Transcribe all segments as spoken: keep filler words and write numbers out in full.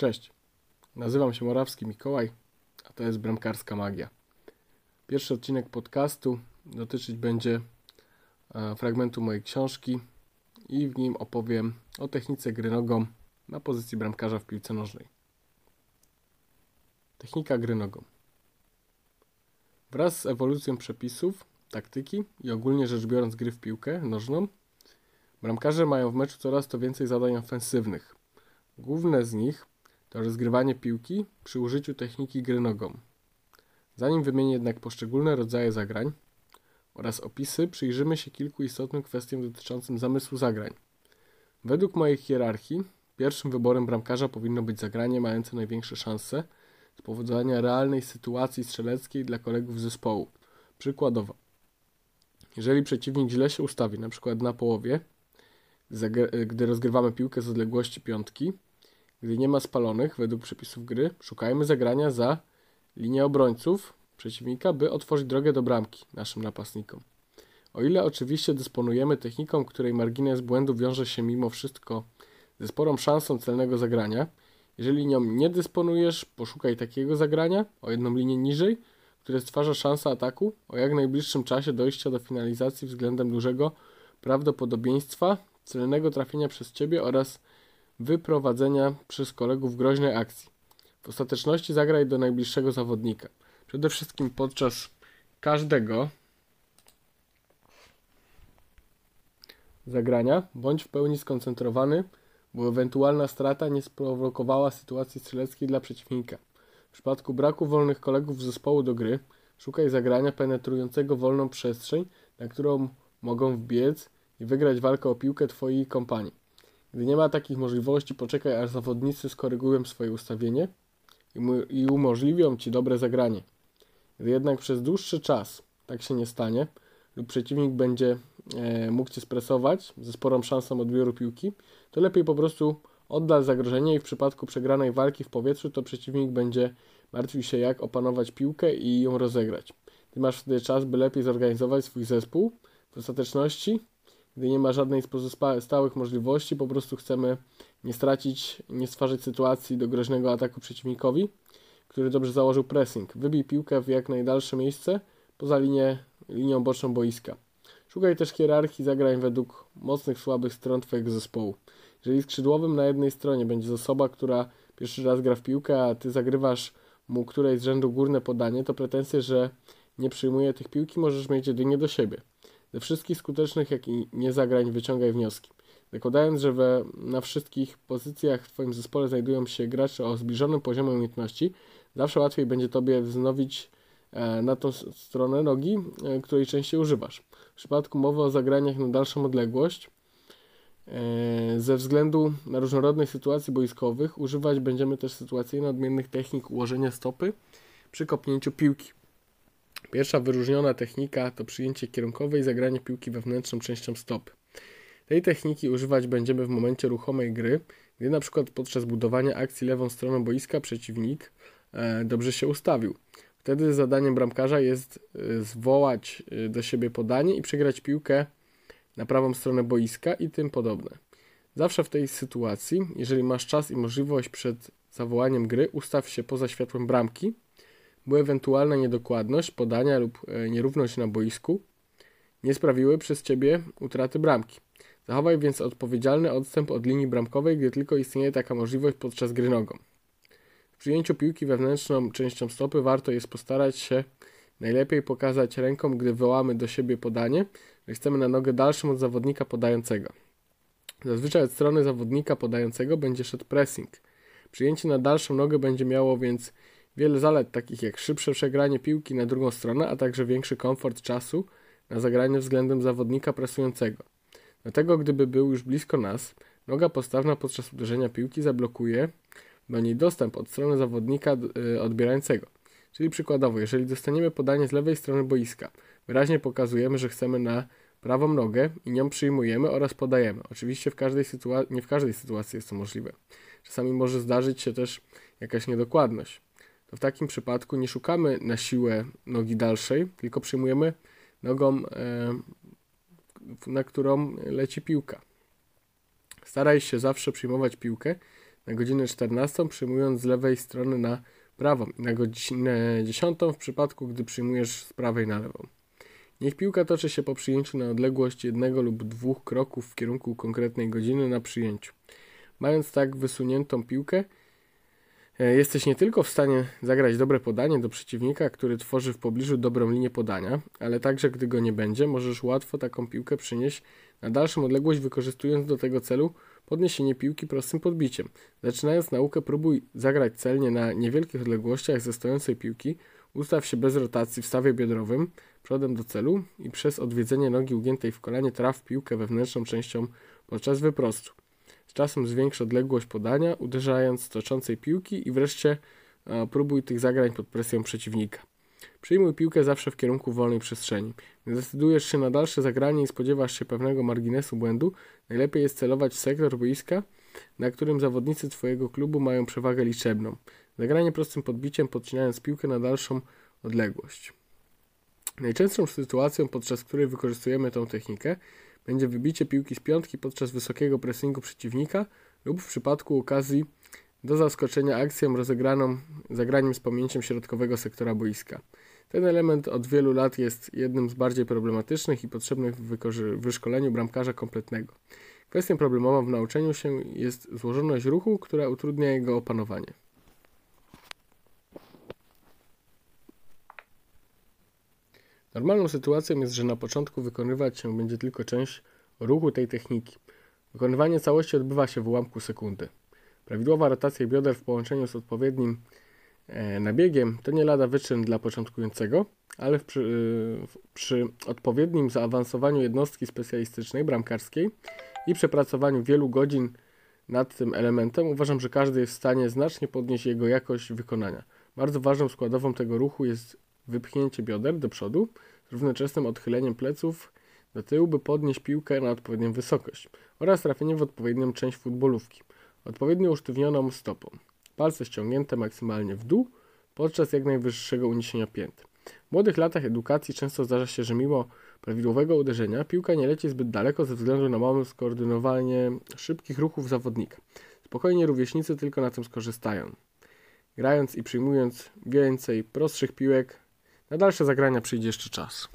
Cześć, nazywam się Morawski Mikołaj, a to jest Bramkarska Magia. Pierwszy odcinek podcastu dotyczyć będzie e, fragmentu mojej książki i w nim opowiem o technice gry nogą na pozycji bramkarza w piłce nożnej. Technika gry nogą. Wraz z ewolucją przepisów, taktyki i ogólnie rzecz biorąc gry w piłkę nożną, bramkarze mają w meczu coraz to więcej zadań ofensywnych. Główne z nich to rozgrywanie piłki przy użyciu techniki gry nogą. Zanim wymienię jednak poszczególne rodzaje zagrań oraz opisy, przyjrzymy się kilku istotnym kwestiom dotyczącym zamysłu zagrań. Według mojej hierarchii pierwszym wyborem bramkarza powinno być zagranie mające największe szanse spowodowania realnej sytuacji strzeleckiej dla kolegów zespołu. Przykładowo, jeżeli przeciwnik źle się ustawi, np. na połowie, gdy rozgrywamy piłkę z odległości piątki, gdy nie ma spalonych według przepisów gry, szukajmy zagrania za linię obrońców przeciwnika, by otworzyć drogę do bramki naszym napastnikom. O ile oczywiście dysponujemy techniką, której margines błędu wiąże się mimo wszystko ze sporą szansą celnego zagrania, jeżeli nią nie dysponujesz, poszukaj takiego zagrania o jedną linię niżej, które stwarza szansę ataku o jak najbliższym czasie dojścia do finalizacji względem dużego prawdopodobieństwa celnego trafienia przez Ciebie oraz wyprowadzenia przez kolegów groźnej akcji. W ostateczności zagraj do najbliższego zawodnika. Przede wszystkim podczas każdego zagrania bądź w pełni skoncentrowany, bo ewentualna strata nie sprowokowała sytuacji strzeleckiej dla przeciwnika. W przypadku braku wolnych kolegów zespołu do gry, szukaj zagrania penetrującego wolną przestrzeń, na którą mogą wbiec i wygrać walkę o piłkę Twojej kompanii. Gdy nie ma takich możliwości, poczekaj, aż zawodnicy skorygują swoje ustawienie i, mu- i umożliwią Ci dobre zagranie. Gdy jednak przez dłuższy czas tak się nie stanie lub przeciwnik będzie e, mógł Cię stresować ze sporą szansą odbioru piłki, to lepiej po prostu oddal zagrożenie i w przypadku przegranej walki w powietrzu to przeciwnik będzie martwił się, jak opanować piłkę i ją rozegrać. Ty masz wtedy czas, by lepiej zorganizować swój zespół. W ostateczności, gdy nie ma żadnej z pozostałych możliwości, po prostu chcemy nie stracić, nie stwarzać sytuacji do groźnego ataku przeciwnikowi, który dobrze założył pressing. Wybij piłkę w jak najdalsze miejsce poza linię, linią boczną boiska. Szukaj też hierarchii zagrań według mocnych, słabych stron Twojego zespołu. Jeżeli skrzydłowym na jednej stronie będzie osoba, która pierwszy raz gra w piłkę, a Ty zagrywasz mu którejś z rzędu górne podanie, to pretensje, że nie przyjmuje tych piłki, możesz mieć jedynie do siebie. Ze wszystkich skutecznych, jak i niezagrań wyciągaj wnioski. Zakładając, że we, na wszystkich pozycjach w Twoim zespole znajdują się gracze o zbliżonym poziomie umiejętności, zawsze łatwiej będzie Tobie wznowić e, na tą stronę nogi, e, której częściej używasz. W przypadku mowy o zagraniach na dalszą odległość, e, ze względu na różnorodność sytuacji boiskowych, używać będziemy też sytuacyjnie odmiennych technik ułożenia stopy przy kopnięciu piłki. Pierwsza wyróżniona technika to przyjęcie kierunkowe i zagranie piłki wewnętrzną częścią stopy. Tej techniki używać będziemy w momencie ruchomej gry, gdy na przykład podczas budowania akcji lewą stroną boiska przeciwnik e, dobrze się ustawił. Wtedy zadaniem bramkarza jest e, zwołać e, do siebie podanie i przegrać piłkę na prawą stronę boiska i tym podobne. Zawsze w tej sytuacji, jeżeli masz czas i możliwość przed zawołaniem gry, ustaw się poza światłem bramki, by ewentualna niedokładność podania lub e, nierówność na boisku nie sprawiły przez Ciebie utraty bramki. Zachowaj więc odpowiedzialny odstęp od linii bramkowej, gdy tylko istnieje taka możliwość podczas gry nogą. W przyjęciu piłki wewnętrzną częścią stopy warto jest postarać się najlepiej pokazać ręką, gdy wołamy do siebie podanie, że chcemy na nogę dalszą od zawodnika podającego. Zazwyczaj od strony zawodnika podającego będzie szedł pressing. Przyjęcie na dalszą nogę będzie miało więc wiele zalet, takich jak szybsze przegranie piłki na drugą stronę, a także większy komfort czasu na zagranie względem zawodnika presującego. Dlatego, gdyby był już blisko nas, noga postawna podczas uderzenia piłki zablokuje do niej dostęp od strony zawodnika yy, odbierającego. Czyli przykładowo, jeżeli dostaniemy podanie z lewej strony boiska, wyraźnie pokazujemy, że chcemy na prawą nogę i nią przyjmujemy oraz podajemy. Oczywiście w każdej sytua- nie w każdej sytuacji jest to możliwe. Czasami może zdarzyć się też jakaś niedokładność. To w takim przypadku nie szukamy na siłę nogi dalszej, tylko przyjmujemy nogą, e, na którą leci piłka. Staraj się zawsze przyjmować piłkę na godzinę czternastą, przyjmując z lewej strony na prawą i na godzinę dziesiątą w przypadku, gdy przyjmujesz z prawej na lewą. Niech piłka toczy się po przyjęciu na odległość jednego lub dwóch kroków w kierunku konkretnej godziny na przyjęciu. Mając tak wysuniętą piłkę, jesteś nie tylko w stanie zagrać dobre podanie do przeciwnika, który tworzy w pobliżu dobrą linię podania, ale także gdy go nie będzie, możesz łatwo taką piłkę przynieść na dalszą odległość, wykorzystując do tego celu podniesienie piłki prostym podbiciem. Zaczynając naukę, próbuj zagrać celnie na niewielkich odległościach ze stojącej piłki, ustaw się bez rotacji w stawie biodrowym, przodem do celu i przez odwiedzenie nogi ugiętej w kolanie traf piłkę wewnętrzną częścią podczas wyprostu. Z czasem zwiększ odległość podania, uderzając z toczącej piłki i wreszcie e, próbuj tych zagrań pod presją przeciwnika. Przyjmuj piłkę zawsze w kierunku wolnej przestrzeni. Gdy zdecydujesz się na dalsze zagranie i spodziewasz się pewnego marginesu błędu, najlepiej jest celować w sektor boiska, na którym zawodnicy Twojego klubu mają przewagę liczebną. Zagranie prostym podbiciem, podcinając piłkę na dalszą odległość. Najczęstszą sytuacją, podczas której wykorzystujemy tę technikę, będzie wybicie piłki z piątki podczas wysokiego pressingu przeciwnika lub w przypadku okazji do zaskoczenia akcją rozegraną zagraniem z pominięciem środkowego sektora boiska. Ten element od wielu lat jest jednym z bardziej problematycznych i potrzebnych w wyszkoleniu bramkarza kompletnego. Kwestią problemową w nauczeniu się jest złożoność ruchu, która utrudnia jego opanowanie. Normalną sytuacją jest, że na początku wykonywać się będzie tylko część ruchu tej techniki. Wykonywanie całości odbywa się w ułamku sekundy. Prawidłowa rotacja bioder w połączeniu z odpowiednim e, nabiegiem to nie lada wyczyn dla początkującego, ale w, przy, w, przy odpowiednim zaawansowaniu jednostki specjalistycznej, bramkarskiej i przepracowaniu wielu godzin nad tym elementem uważam, że każdy jest w stanie znacznie podnieść jego jakość wykonania. Bardzo ważną składową tego ruchu jest wypchnięcie bioder do przodu z równoczesnym odchyleniem pleców do tyłu, by podnieść piłkę na odpowiednią wysokość oraz trafienie w odpowiednią część futbolówki, odpowiednio usztywnioną stopą. Palce ściągnięte maksymalnie w dół podczas jak najwyższego uniesienia pięt. W młodych latach edukacji często zdarza się, że mimo prawidłowego uderzenia piłka nie leci zbyt daleko ze względu na małe skoordynowanie szybkich ruchów zawodnika. Spokojnie rówieśnicy tylko na tym skorzystają. Grając i przyjmując więcej prostszych piłek, na dalsze zagrania przyjdzie jeszcze czas.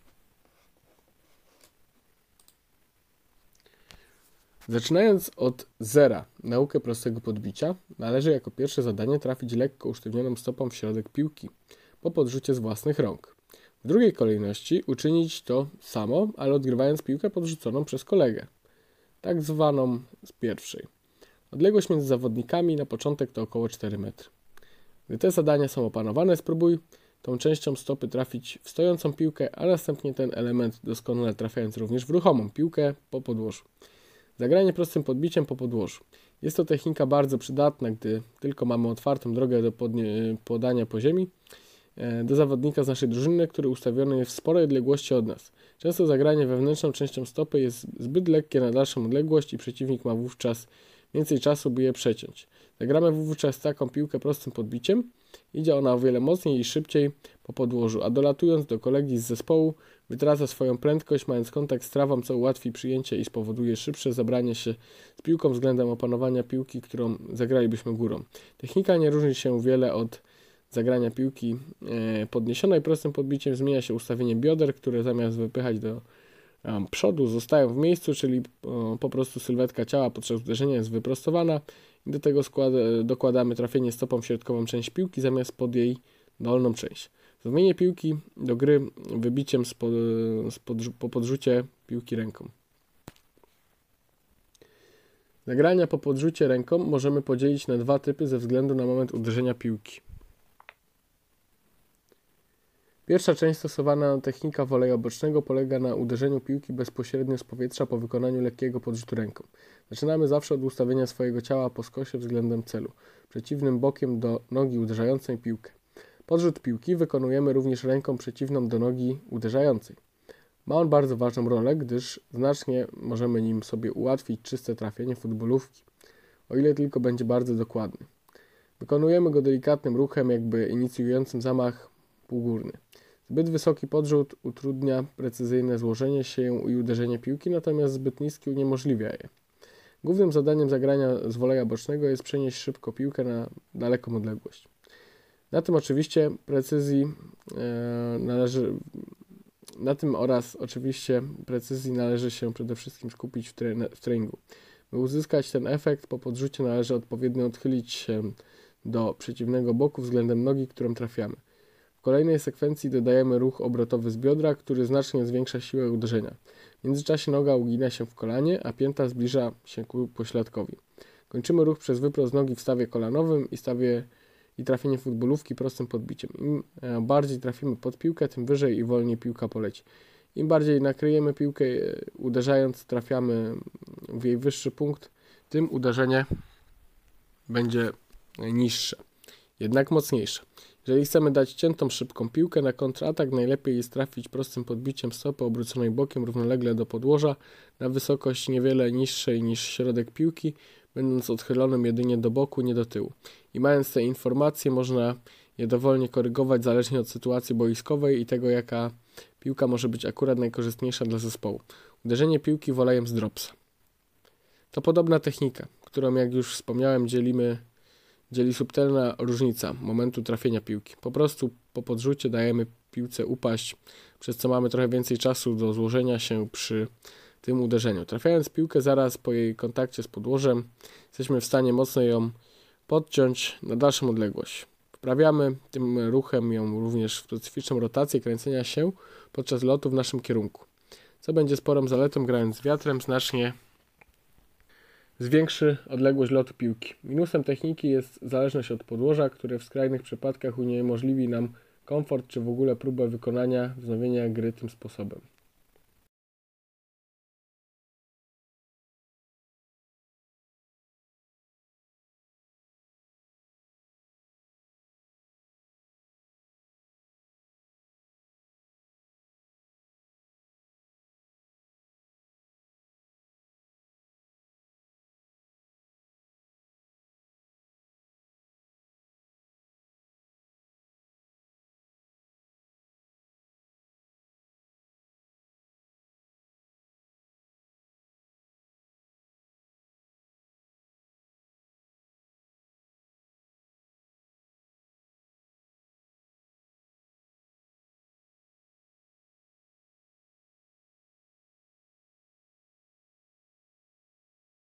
Zaczynając od zera naukę prostego podbicia, należy jako pierwsze zadanie trafić lekko usztywnioną stopą w środek piłki po podrzucie z własnych rąk. W drugiej kolejności uczynić to samo, ale odgrywając piłkę podrzuconą przez kolegę, tak zwaną z pierwszej. Odległość między zawodnikami na początek to około cztery metry. Gdy te zadania są opanowane, spróbuj tą częścią stopy trafić w stojącą piłkę, a następnie ten element doskonale trafiając również w ruchomą piłkę po podłożu. Zagranie prostym podbiciem po podłożu. Jest to technika bardzo przydatna, gdy tylko mamy otwartą drogę do podania po ziemi do zawodnika z naszej drużyny, który ustawiony jest w sporej odległości od nas. Często zagranie wewnętrzną częścią stopy jest zbyt lekkie na dalszą odległość i przeciwnik ma wówczas więcej czasu, by je przeciąć. Zagramy wówczas taką piłkę prostym podbiciem. Idzie ona o wiele mocniej i szybciej po podłożu, a dolatując do kolegi z zespołu wytraca swoją prędkość, mając kontakt z trawą, co ułatwi przyjęcie i spowoduje szybsze zabranie się z piłką względem opanowania piłki, którą zagralibyśmy górą. Technika nie różni się wiele od zagrania piłki podniesionej prostym podbiciem. Zmienia się ustawienie bioder, które zamiast wypychać do przodu zostają w miejscu, czyli po prostu sylwetka ciała podczas uderzenia jest wyprostowana i do tego skład, dokładamy trafienie stopą w środkową część piłki zamiast pod jej dolną część. Wznowienie piłki do gry wybiciem spod, spod, po podrzucie piłki ręką. Zagrania po podrzucie ręką możemy podzielić na dwa typy ze względu na moment uderzenia piłki. Pierwsza część stosowana technika woleja bocznego polega na uderzeniu piłki bezpośrednio z powietrza po wykonaniu lekkiego podrzutu ręką. Zaczynamy zawsze od ustawienia swojego ciała po skosie względem celu, przeciwnym bokiem do nogi uderzającej piłkę. Podrzut piłki wykonujemy również ręką przeciwną do nogi uderzającej. Ma on bardzo ważną rolę, gdyż znacznie możemy nim sobie ułatwić czyste trafienie futbolówki, o ile tylko będzie bardzo dokładny. Wykonujemy go delikatnym ruchem, jakby inicjującym zamach półgórny. Zbyt wysoki podrzut utrudnia precyzyjne złożenie się i uderzenie piłki, natomiast zbyt niski uniemożliwia je. Głównym zadaniem zagrania z woleja bocznego jest przenieść szybko piłkę na daleką odległość. Na tym oczywiście precyzji e, należy na tym oraz oczywiście precyzji należy się przede wszystkim skupić w, tre, w treningu. By uzyskać ten efekt, po podrzucie należy odpowiednio odchylić się do przeciwnego boku względem nogi, którą trafiamy. W kolejnej sekwencji dodajemy ruch obrotowy z biodra, który znacznie zwiększa siłę uderzenia. W międzyczasie noga ugina się w kolanie, a pięta zbliża się ku pośladkowi. Kończymy ruch przez wyprost nogi w stawie kolanowym i stawie i trafienie futbolówki prostym podbiciem. Im bardziej trafimy pod piłkę, tym wyżej i wolniej piłka poleci. Im bardziej nakryjemy piłkę, uderzając, trafiamy w jej wyższy punkt, tym uderzenie będzie niższe, jednak mocniejsze. Jeżeli chcemy dać ciętą, szybką piłkę na kontratak, najlepiej jest trafić prostym podbiciem stopy obróconej bokiem równolegle do podłoża na wysokość niewiele niższej niż środek piłki, będąc odchylonym jedynie do boku, nie do tyłu. I mając te informacje, można je dowolnie korygować zależnie od sytuacji boiskowej i tego, jaka piłka może być akurat najkorzystniejsza dla zespołu. Uderzenie piłki wolejem z dropsa. To podobna technika, którą, jak już wspomniałem, dzielimy, dzieli subtelna różnica momentu trafienia piłki. Po prostu po podrzucie dajemy piłce upaść, przez co mamy trochę więcej czasu do złożenia się przy tym uderzeniu. Trafiając piłkę zaraz po jej kontakcie z podłożem, jesteśmy w stanie mocno ją podciąć na dalszą odległość. Wprawiamy tym ruchem ją również w specyficzną rotację kręcenia się podczas lotu w naszym kierunku, co będzie sporą zaletą, grając z wiatrem znacznie zwiększy odległość lotu piłki. Minusem techniki jest zależność od podłoża, które w skrajnych przypadkach uniemożliwi nam komfort czy w ogóle próbę wykonania wznowienia gry tym sposobem.